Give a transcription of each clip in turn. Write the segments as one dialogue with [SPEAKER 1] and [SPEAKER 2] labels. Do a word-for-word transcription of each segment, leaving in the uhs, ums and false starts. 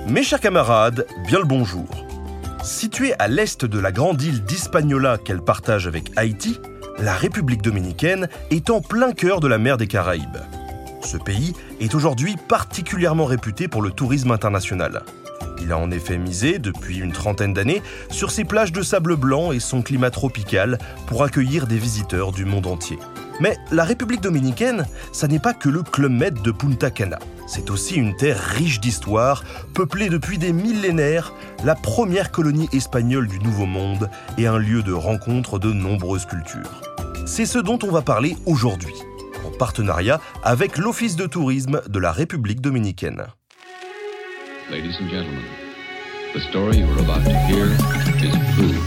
[SPEAKER 1] Mes chers camarades, bien le bonjour. Située à l'est de la grande île d'Hispaniola qu'elle partage avec Haïti, la République dominicaine est en plein cœur de la mer des Caraïbes. Ce pays est aujourd'hui particulièrement réputé pour le tourisme international. Il a en effet misé, depuis une trentaine d'années, sur ses plages de sable blanc et son climat tropical pour accueillir des visiteurs du monde entier. Mais la République dominicaine, ça n'est pas que le Club Med de Punta Cana. C'est aussi une terre riche d'histoire, peuplée depuis des millénaires, la première colonie espagnole du Nouveau Monde et un lieu de rencontre de nombreuses cultures. C'est ce dont on va parler aujourd'hui, en partenariat avec l'Office de tourisme de la République dominicaine.
[SPEAKER 2] Ladies and gentlemen, the story you are about to hear is true.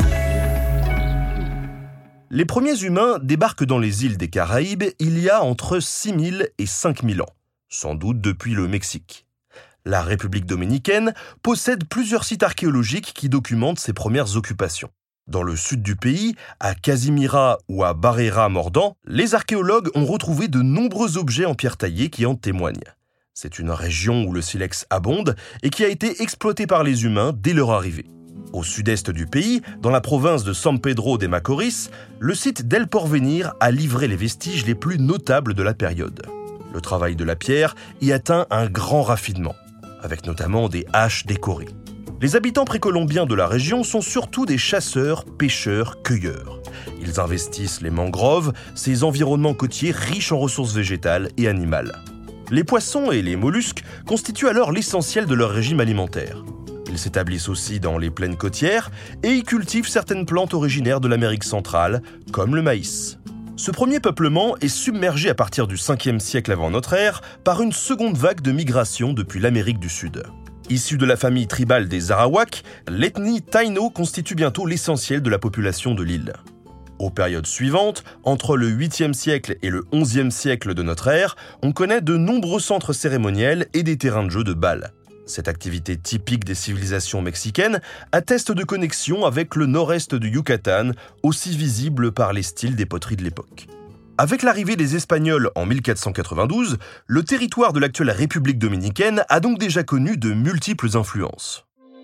[SPEAKER 1] Les premiers humains débarquent dans les îles des Caraïbes il y a entre six mille et cinq mille ans, sans doute depuis le Mexique. La République dominicaine possède plusieurs sites archéologiques qui documentent ses premières occupations. Dans le sud du pays, à Casimira ou à Barrera-Mordan, les archéologues ont retrouvé de nombreux objets en pierre taillée qui en témoignent. C'est une région où le silex abonde et qui a été exploitée par les humains dès leur arrivée. Au sud-est du pays, dans la province de San Pedro de Macorís, le site d'El Porvenir a livré les vestiges les plus notables de la période. Le travail de la pierre y atteint un grand raffinement, avec notamment des haches décorées. Les habitants précolombiens de la région sont surtout des chasseurs, pêcheurs, cueilleurs. Ils investissent les mangroves, ces environnements côtiers riches en ressources végétales et animales. Les poissons et les mollusques constituent alors l'essentiel de leur régime alimentaire. Ils s'établissent aussi dans les plaines côtières et y cultivent certaines plantes originaires de l'Amérique centrale, comme le maïs. Ce premier peuplement est submergé à partir du cinquième siècle avant notre ère par une seconde vague de migration depuis l'Amérique du Sud. Issue de la famille tribale des Arawaks, l'ethnie Taino constitue bientôt l'essentiel de la population de l'île. Aux périodes suivantes, entre le huitième siècle et le onzième siècle de notre ère, on connaît de nombreux centres cérémoniels et des terrains de jeu de bal. Cette activité typique des civilisations mexicaines atteste de connexions avec le nord-est du Yucatan, aussi visible par les styles des poteries de l'époque. Avec l'arrivée des Espagnols en mille quatre cent quatre-vingt-douze, le territoire de l'actuelle République dominicaine a donc déjà connu de multiples influences.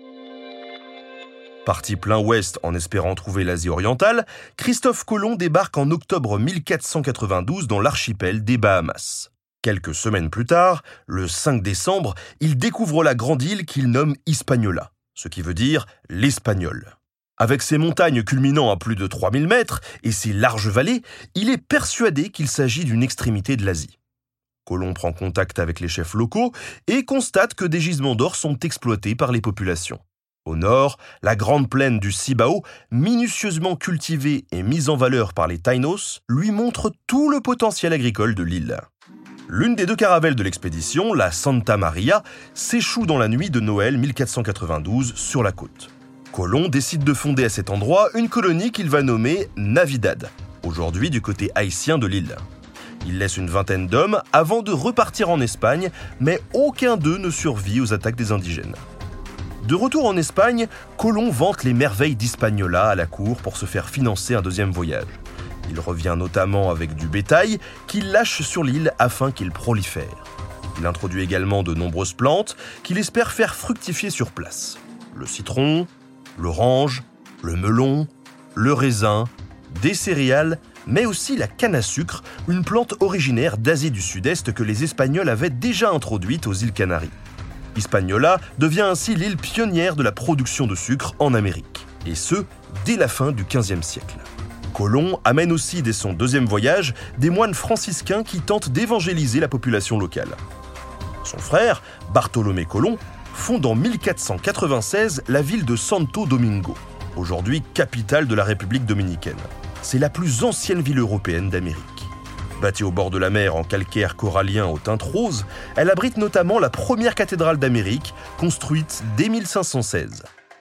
[SPEAKER 1] Parti plein ouest en espérant trouver l'Asie orientale, Christophe Colomb débarque en octobre mille quatre cent quatre-vingt-douze dans l'archipel des Bahamas. Quelques semaines plus tard, le cinq décembre, il découvre la grande île qu'il nomme Hispaniola, ce qui veut dire l'Espagnol. Avec ses montagnes culminant à plus de trois mille mètres et ses larges vallées, il est persuadé qu'il s'agit d'une extrémité de l'Asie. Colomb prend contact avec les chefs locaux et constate que des gisements d'or sont exploités par les populations. Au nord, la grande plaine du Cibao, minutieusement cultivée et mise en valeur par les Tainos, lui montre tout le potentiel agricole de l'île. L'une des deux caravelles de l'expédition, la Santa Maria, s'échoue dans la nuit de Noël mille quatre cent quatre-vingt-douze sur la côte. Colomb décide de fonder à cet endroit une colonie qu'il va nommer Navidad, aujourd'hui du côté haïtien de l'île. Il laisse une vingtaine d'hommes avant de repartir en Espagne, mais aucun d'eux ne survit aux attaques des indigènes. De retour en Espagne, Colomb vante les merveilles d'Hispaniola à la cour pour se faire financer un deuxième voyage. Il revient notamment avec du bétail qu'il lâche sur l'île afin qu'il prolifère. Il introduit également de nombreuses plantes qu'il espère faire fructifier sur place. Le citron, l'orange, le melon, le raisin, des céréales, mais aussi la canne à sucre, une plante originaire d'Asie du Sud-Est que les Espagnols avaient déjà introduite aux îles Canaries. Hispaniola devient ainsi l'île pionnière de la production de sucre en Amérique, et ce, dès la fin du quinzième siècle. Colomb amène aussi dès son deuxième voyage des moines franciscains qui tentent d'évangéliser la population locale. Son frère, Bartolomé Colomb, fonde en mille quatre cent quatre-vingt-seize la ville de Santo Domingo, aujourd'hui capitale de la République dominicaine. C'est la plus ancienne ville européenne d'Amérique. Bâtie au bord de la mer en calcaire corallien aux teintes roses, elle abrite notamment la première cathédrale d'Amérique, construite dès mille cinq cent seize.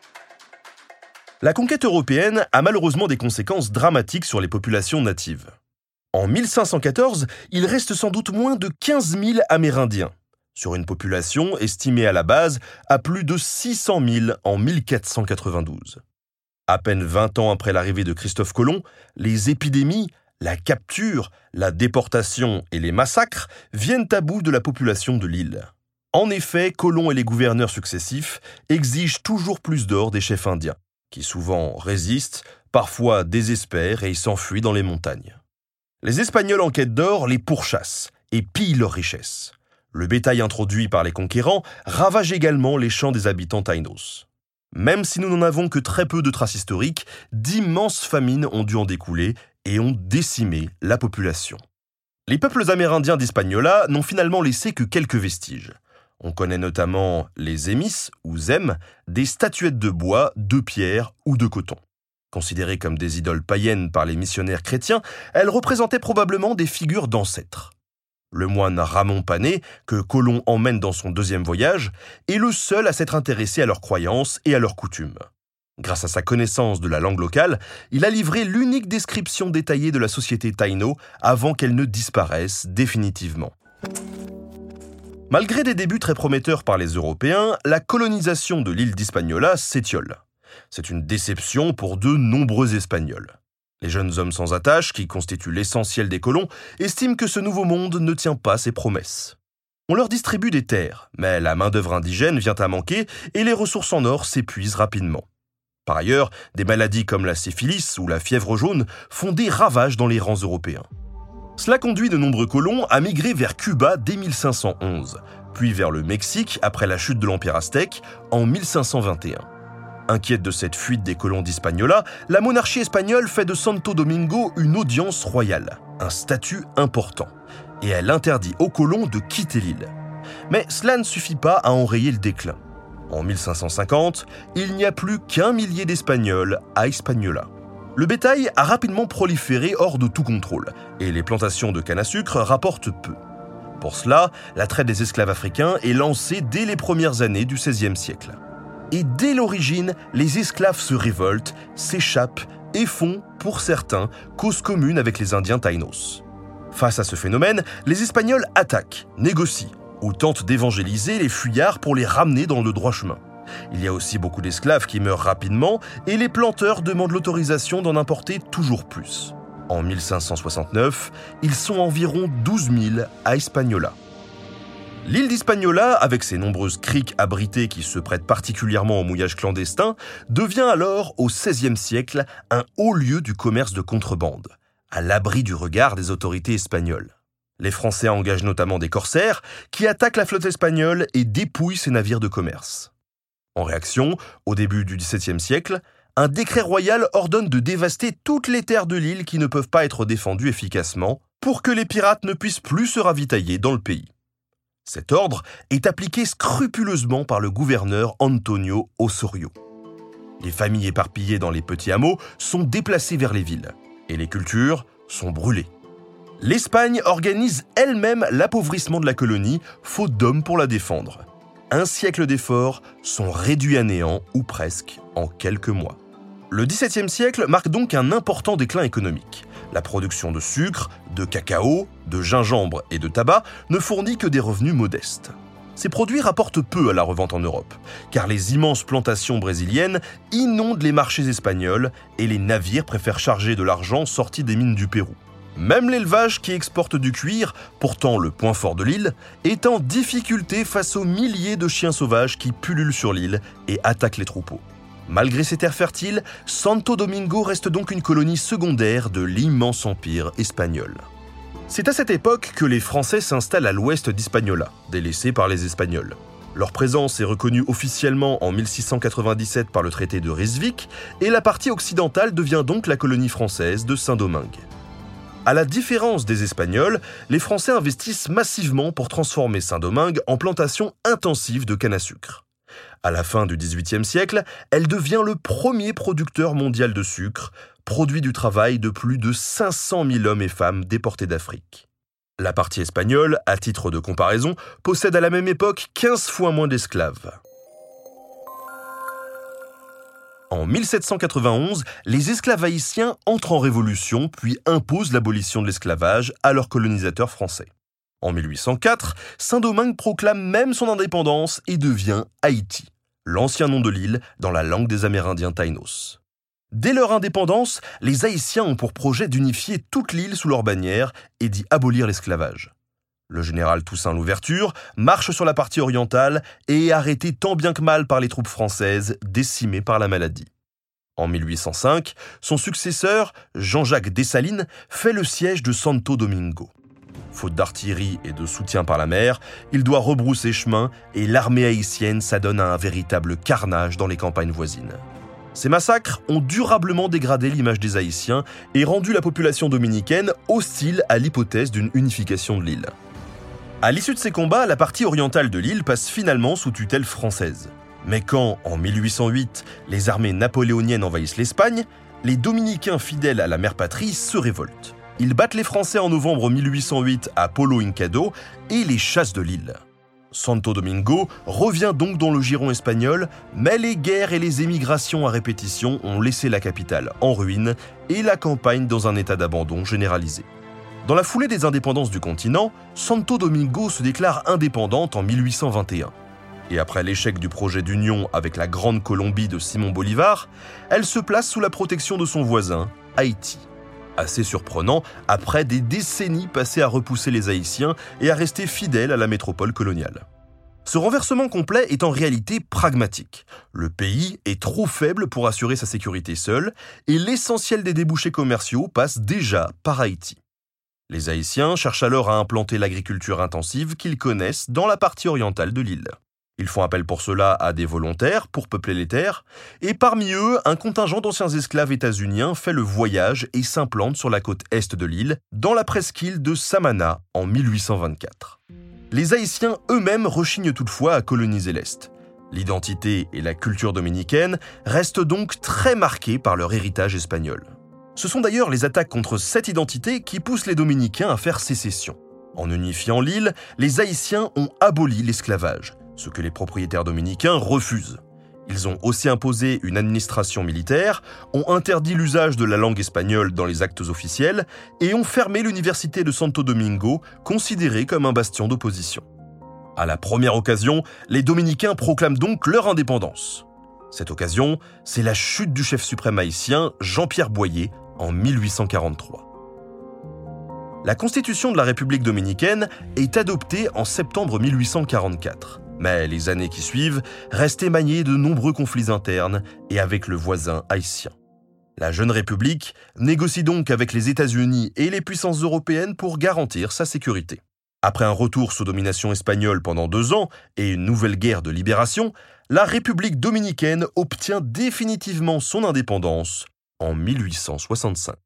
[SPEAKER 1] La conquête européenne a malheureusement des conséquences dramatiques sur les populations natives. En mille cinq cent quatorze, il reste sans doute moins de quinze mille Amérindiens, sur une population estimée à la base à plus de six cent mille en mille quatre cent quatre-vingt-douze. À peine vingt ans après l'arrivée de Christophe Colomb, les épidémies, la capture, la déportation et les massacres viennent à bout de la population de l'île. En effet, colons et les gouverneurs successifs exigent toujours plus d'or des chefs indiens, qui souvent résistent, parfois désespèrent et s'enfuient dans les montagnes. Les Espagnols en quête d'or les pourchassent et pillent leurs richesses. Le bétail introduit par les conquérants ravage également les champs des habitants taïnos. Même si nous n'en avons que très peu de traces historiques, d'immenses famines ont dû en découler et ont décimé la population. Les peuples amérindiens d'Hispaniola n'ont finalement laissé que quelques vestiges. On connaît notamment les émis, ou zem, des statuettes de bois, de pierre ou de coton. Considérées comme des idoles païennes par les missionnaires chrétiens, elles représentaient probablement des figures d'ancêtres. Le moine Ramon Pané, que Colomb emmène dans son deuxième voyage, est le seul à s'être intéressé à leurs croyances et à leurs coutumes. Grâce à sa connaissance de la langue locale, il a livré l'unique description détaillée de la société taïno avant qu'elle ne disparaisse définitivement. Malgré des débuts très prometteurs par les Européens, la colonisation de l'île d'Hispaniola s'étiole. C'est une déception pour de nombreux Espagnols. Les jeunes hommes sans attache, qui constituent l'essentiel des colons, estiment que ce nouveau monde ne tient pas ses promesses. On leur distribue des terres, mais la main-d'œuvre indigène vient à manquer et les ressources en or s'épuisent rapidement. Par ailleurs, des maladies comme la syphilis ou la fièvre jaune font des ravages dans les rangs européens. Cela conduit de nombreux colons à migrer vers Cuba dès mille cinq cent onze, puis vers le Mexique après la chute de l'Empire aztèque en mille cinq cent vingt et un. Inquiète de cette fuite des colons d'Hispaniola, la monarchie espagnole fait de Santo Domingo une audience royale, un statut important, et elle interdit aux colons de quitter l'île. Mais cela ne suffit pas à enrayer le déclin. En mille cinq cent cinquante, il n'y a plus qu'un millier d'Espagnols à Hispaniola. Le bétail a rapidement proliféré hors de tout contrôle, et les plantations de canne à sucre rapportent peu. Pour cela, la traite des esclaves africains est lancée dès les premières années du seizième siècle. Et dès l'origine, les esclaves se révoltent, s'échappent et font, pour certains, cause commune avec les Indiens taïnos. Face à ce phénomène, les Espagnols attaquent, négocient ou tentent d'évangéliser les fuyards pour les ramener dans le droit chemin. Il y a aussi beaucoup d'esclaves qui meurent rapidement et les planteurs demandent l'autorisation d'en importer toujours plus. En mille cinq cent soixante-neuf, ils sont environ douze mille à Hispaniola. L'île d'Hispaniola, avec ses nombreuses criques abritées qui se prêtent particulièrement au mouillage clandestin, devient alors, au seizième siècle, un haut lieu du commerce de contrebande, à l'abri du regard des autorités espagnoles. Les Français engagent notamment des corsaires qui attaquent la flotte espagnole et dépouillent ses navires de commerce. En réaction, au début du dix-septième siècle, un décret royal ordonne de dévaster toutes les terres de l'île qui ne peuvent pas être défendues efficacement pour que les pirates ne puissent plus se ravitailler dans le pays. Cet ordre est appliqué scrupuleusement par le gouverneur Antonio Osorio. Les familles éparpillées dans les petits hameaux sont déplacées vers les villes, et les cultures sont brûlées. L'Espagne organise elle-même l'appauvrissement de la colonie, faute d'hommes pour la défendre. Un siècle d'efforts sont réduits à néant, ou presque, en quelques mois. Le dix-septième siècle marque donc un important déclin économique. La production de sucre, de cacao, de gingembre et de tabac ne fournit que des revenus modestes. Ces produits rapportent peu à la revente en Europe, car les immenses plantations brésiliennes inondent les marchés espagnols et les navires préfèrent charger de l'argent sorti des mines du Pérou. Même l'élevage qui exporte du cuir, pourtant le point fort de l'île, est en difficulté face aux milliers de chiens sauvages qui pullulent sur l'île et attaquent les troupeaux. Malgré ses terres fertiles, Santo Domingo reste donc une colonie secondaire de l'immense empire espagnol. C'est à cette époque que les Français s'installent à l'ouest d'Hispaniola, délaissés par les Espagnols. Leur présence est reconnue officiellement en mille six cent quatre-vingt-dix-sept par le traité de Ryswick, et la partie occidentale devient donc la colonie française de Saint-Domingue. À la différence des Espagnols, les Français investissent massivement pour transformer Saint-Domingue en plantation intensive de canne à sucre. À la fin du dix-huitième siècle, elle devient le premier producteur mondial de sucre, produit du travail de plus de cinq cent mille hommes et femmes déportés d'Afrique. La partie espagnole, à titre de comparaison, possède à la même époque quinze fois moins d'esclaves. En mille sept cent quatre-vingt-onze, les esclaves haïtiens entrent en révolution puis imposent l'abolition de l'esclavage à leurs colonisateurs français. En mille huit cent quatre, Saint-Domingue proclame même son indépendance et devient Haïti, l'ancien nom de l'île dans la langue des Amérindiens taïnos. Dès leur indépendance, les Haïtiens ont pour projet d'unifier toute l'île sous leur bannière et d'y abolir l'esclavage. Le général Toussaint Louverture marche sur la partie orientale et est arrêté tant bien que mal par les troupes françaises, décimées par la maladie. En mille huit cent cinq, son successeur, Jean-Jacques Dessalines, fait le siège de Santo Domingo. Faute d'artillerie et de soutien par la mer, il doit rebrousser chemin et l'armée haïtienne s'adonne à un véritable carnage dans les campagnes voisines. Ces massacres ont durablement dégradé l'image des Haïtiens et rendu la population dominicaine hostile à l'hypothèse d'une unification de l'île. À l'issue de ces combats, la partie orientale de l'île passe finalement sous tutelle française. Mais quand, en mille huit cent huit, les armées napoléoniennes envahissent l'Espagne, les Dominicains fidèles à la mère patrie se révoltent. Ils battent les Français en novembre mille huit cent huit à Polo Hincado et les chassent de l'île. Santo Domingo revient donc dans le giron espagnol, mais les guerres et les émigrations à répétition ont laissé la capitale en ruine et la campagne dans un état d'abandon généralisé. Dans la foulée des indépendances du continent, Santo Domingo se déclare indépendante en mille huit cent vingt et un. Et après l'échec du projet d'union avec la Grande Colombie de Simon Bolivar, elle se place sous la protection de son voisin, Haïti. Assez surprenant, après des décennies passées à repousser les Haïtiens et à rester fidèles à la métropole coloniale. Ce renversement complet est en réalité pragmatique. Le pays est trop faible pour assurer sa sécurité seul, et l'essentiel des débouchés commerciaux passe déjà par Haïti. Les Haïtiens cherchent alors à implanter l'agriculture intensive qu'ils connaissent dans la partie orientale de l'île. Ils font appel pour cela à des volontaires pour peupler les terres, et parmi eux, un contingent d'anciens esclaves états-uniens fait le voyage et s'implante sur la côte est de l'île, dans la presqu'île de Samana en mille huit cent vingt-quatre. Les Haïtiens eux-mêmes rechignent toutefois à coloniser l'Est. L'identité et la culture dominicaine restent donc très marquées par leur héritage espagnol. Ce sont d'ailleurs les attaques contre cette identité qui poussent les Dominicains à faire sécession. En unifiant l'île, les Haïtiens ont aboli l'esclavage, ce que les propriétaires dominicains refusent. Ils ont aussi imposé une administration militaire, ont interdit l'usage de la langue espagnole dans les actes officiels et ont fermé l'université de Santo Domingo, considérée comme un bastion d'opposition. À la première occasion, les Dominicains proclament donc leur indépendance. Cette occasion, c'est la chute du chef suprême haïtien, Jean-Pierre Boyer, en mille huit cent quarante-trois. La Constitution de la République dominicaine est adoptée en septembre mille huit cent quarante-quatre. Mais les années qui suivent restent émaillées de nombreux conflits internes et avec le voisin haïtien. La jeune République négocie donc avec les États-Unis et les puissances européennes pour garantir sa sécurité. Après un retour sous domination espagnole pendant deux ans et une nouvelle guerre de libération, la République dominicaine obtient définitivement son indépendance en mille huit cent soixante-cinq.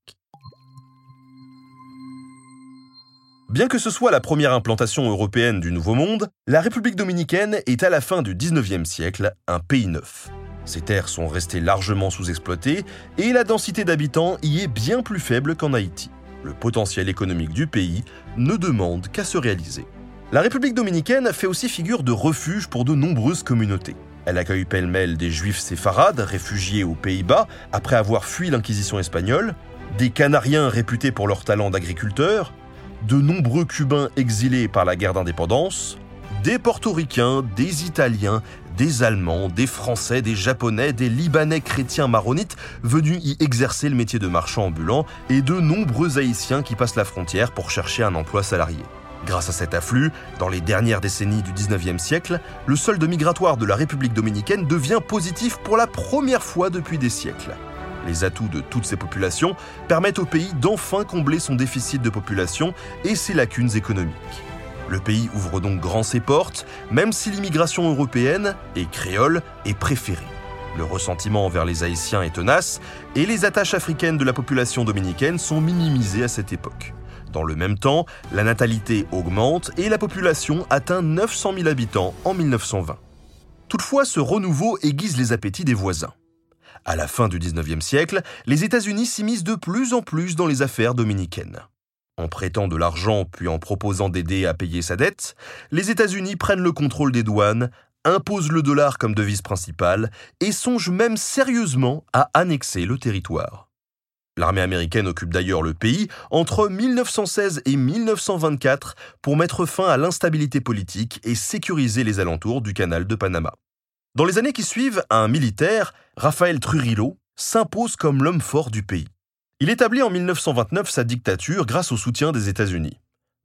[SPEAKER 1] Bien que ce soit la première implantation européenne du Nouveau Monde, la République dominicaine est à la fin du dix-neuvième siècle un pays neuf. Ses terres sont restées largement sous-exploitées et la densité d'habitants y est bien plus faible qu'en Haïti. Le potentiel économique du pays ne demande qu'à se réaliser. La République dominicaine fait aussi figure de refuge pour de nombreuses communautés. Elle accueille pêle-mêle des juifs séfarades réfugiés aux Pays-Bas après avoir fui l'Inquisition espagnole, des Canariens réputés pour leur talent d'agriculteurs, de nombreux Cubains exilés par la guerre d'indépendance, des Portoricains, des Italiens, des Allemands, des Français, des Japonais, des Libanais chrétiens maronites venus y exercer le métier de marchand ambulant et de nombreux Haïtiens qui passent la frontière pour chercher un emploi salarié. Grâce à cet afflux, dans les dernières décennies du dix-neuvième siècle, le solde migratoire de la République dominicaine devient positif pour la première fois depuis des siècles. Les atouts de toutes ces populations permettent au pays d'enfin combler son déficit de population et ses lacunes économiques. Le pays ouvre donc grand ses portes, même si l'immigration européenne et créole est préférée. Le ressentiment envers les Haïtiens est tenace et les attaches africaines de la population dominicaine sont minimisées à cette époque. Dans le même temps, la natalité augmente et la population atteint neuf cent mille habitants en mille neuf cent vingt. Toutefois, ce renouveau aiguise les appétits des voisins. À la fin du dix-neuvième siècle, les États-Unis s'immiscent de plus en plus dans les affaires dominicaines. En prêtant de l'argent puis en proposant d'aider à payer sa dette, les États-Unis prennent le contrôle des douanes, imposent le dollar comme devise principale et songent même sérieusement à annexer le territoire. L'armée américaine occupe d'ailleurs le pays entre mille neuf cent seize et mille neuf cent vingt-quatre pour mettre fin à l'instabilité politique et sécuriser les alentours du canal de Panama. Dans les années qui suivent, un militaire, Rafael Trujillo, s'impose comme l'homme fort du pays. Il établit en mille neuf cent vingt-neuf sa dictature grâce au soutien des États-Unis.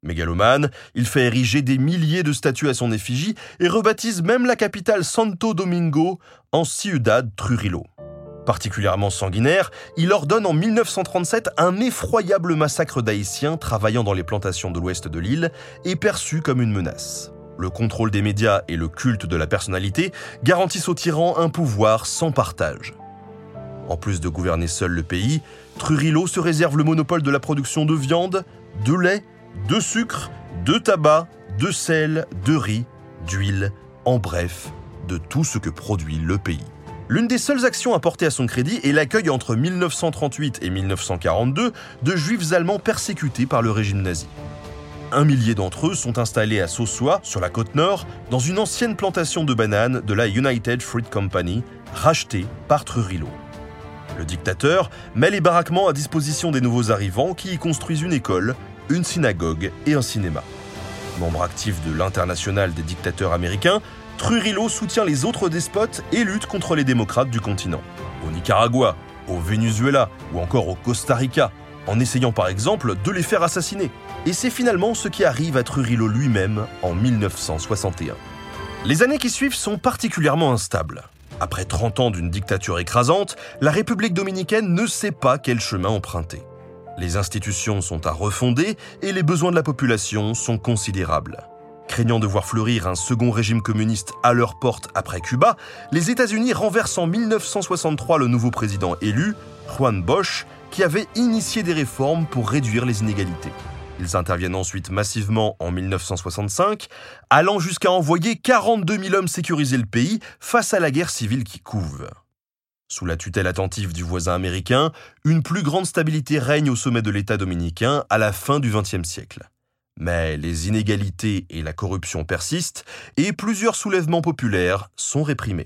[SPEAKER 1] Mégalomane, il fait ériger des milliers de statues à son effigie et rebaptise même la capitale Santo Domingo en Ciudad Trujillo. Particulièrement sanguinaire, il ordonne en mille neuf cent trente-sept un effroyable massacre d'Haïtiens travaillant dans les plantations de l'ouest de l'île et perçu comme une menace. Le contrôle des médias et le culte de la personnalité garantissent aux tyrans un pouvoir sans partage. En plus de gouverner seul le pays, Trujillo se réserve le monopole de la production de viande, de lait, de sucre, de tabac, de sel, de riz, d'huile, en bref, de tout ce que produit le pays. L'une des seules actions apportées à son crédit est l'accueil entre mille neuf cent trente-huit et mille neuf cent quarante-deux de juifs allemands persécutés par le régime nazi. Un millier d'entre eux sont installés à Sosua, sur la côte nord, dans une ancienne plantation de bananes de la United Fruit Company, rachetée par Trujillo. Le dictateur met les baraquements à disposition des nouveaux arrivants qui y construisent une école, une synagogue et un cinéma. Membre actif de l'Internationale des dictateurs américains, Trujillo soutient les autres despotes et lutte contre les démocrates du continent. Au Nicaragua, au Venezuela ou encore au Costa Rica, en essayant par exemple de les faire assassiner. Et c'est finalement ce qui arrive à Trujillo lui-même en mille neuf cent soixante et un. Les années qui suivent sont particulièrement instables. Après trente ans d'une dictature écrasante, la République dominicaine ne sait pas quel chemin emprunter. Les institutions sont à refonder et les besoins de la population sont considérables. Craignant de voir fleurir un second régime communiste à leur porte après Cuba, les États-Unis renversent en mille neuf cent soixante-trois le nouveau président élu, Juan Bosch, qui avait initié des réformes pour réduire les inégalités. Ils interviennent ensuite massivement en mille neuf cent soixante-cinq, allant jusqu'à envoyer quarante-deux mille hommes sécuriser le pays face à la guerre civile qui couve. Sous la tutelle attentive du voisin américain, une plus grande stabilité règne au sommet de l'État dominicain à la fin du vingtième siècle. Mais les inégalités et la corruption persistent et plusieurs soulèvements populaires sont réprimés.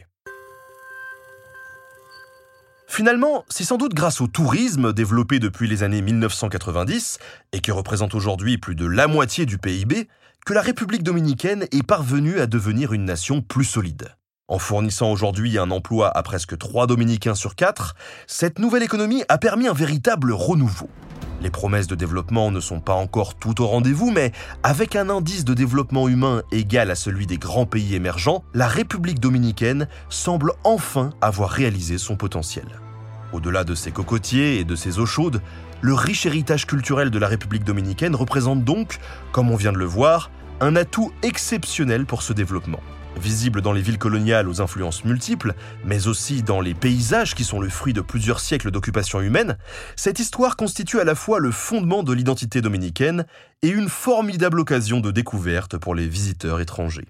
[SPEAKER 1] Finalement, c'est sans doute grâce au tourisme développé depuis les années mille neuf cent quatre-vingt-dix et qui représente aujourd'hui plus de la moitié du P I B que la République dominicaine est parvenue à devenir une nation plus solide. En fournissant aujourd'hui un emploi à presque trois Dominicains sur quatre, cette nouvelle économie a permis un véritable renouveau. Les promesses de développement ne sont pas encore tout au rendez-vous, mais avec un indice de développement humain égal à celui des grands pays émergents, la République dominicaine semble enfin avoir réalisé son potentiel. Au-delà de ses cocotiers et de ses eaux chaudes, le riche héritage culturel de la République dominicaine représente donc, comme on vient de le voir, un atout exceptionnel pour ce développement. Visible dans les villes coloniales aux influences multiples, mais aussi dans les paysages qui sont le fruit de plusieurs siècles d'occupation humaine, cette histoire constitue à la fois le fondement de l'identité dominicaine et une formidable occasion de découverte pour les visiteurs étrangers.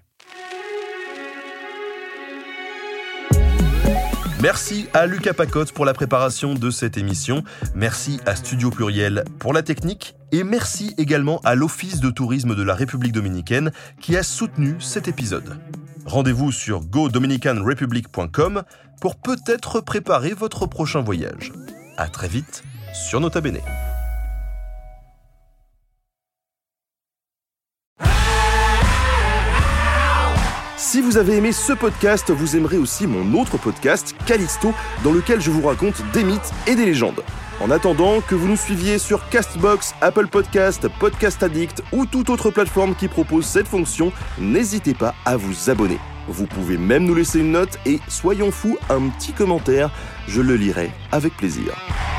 [SPEAKER 1] Merci à Lucas Pacotte pour la préparation de cette émission, merci à Studio Pluriel pour la technique et merci également à l'Office de tourisme de la République dominicaine qui a soutenu cet épisode. Rendez-vous sur go dominican republic point com pour peut-être préparer votre prochain voyage. À très vite sur Nota Bene. Si vous avez aimé ce podcast, vous aimerez aussi mon autre podcast, Calixto, dans lequel je vous raconte des mythes et des légendes. En attendant que vous nous suiviez sur Castbox, Apple Podcast, Podcast Addict ou toute autre plateforme qui propose cette fonction, n'hésitez pas à vous abonner. Vous pouvez même nous laisser une note et, soyons fous, un petit commentaire, je le lirai avec plaisir.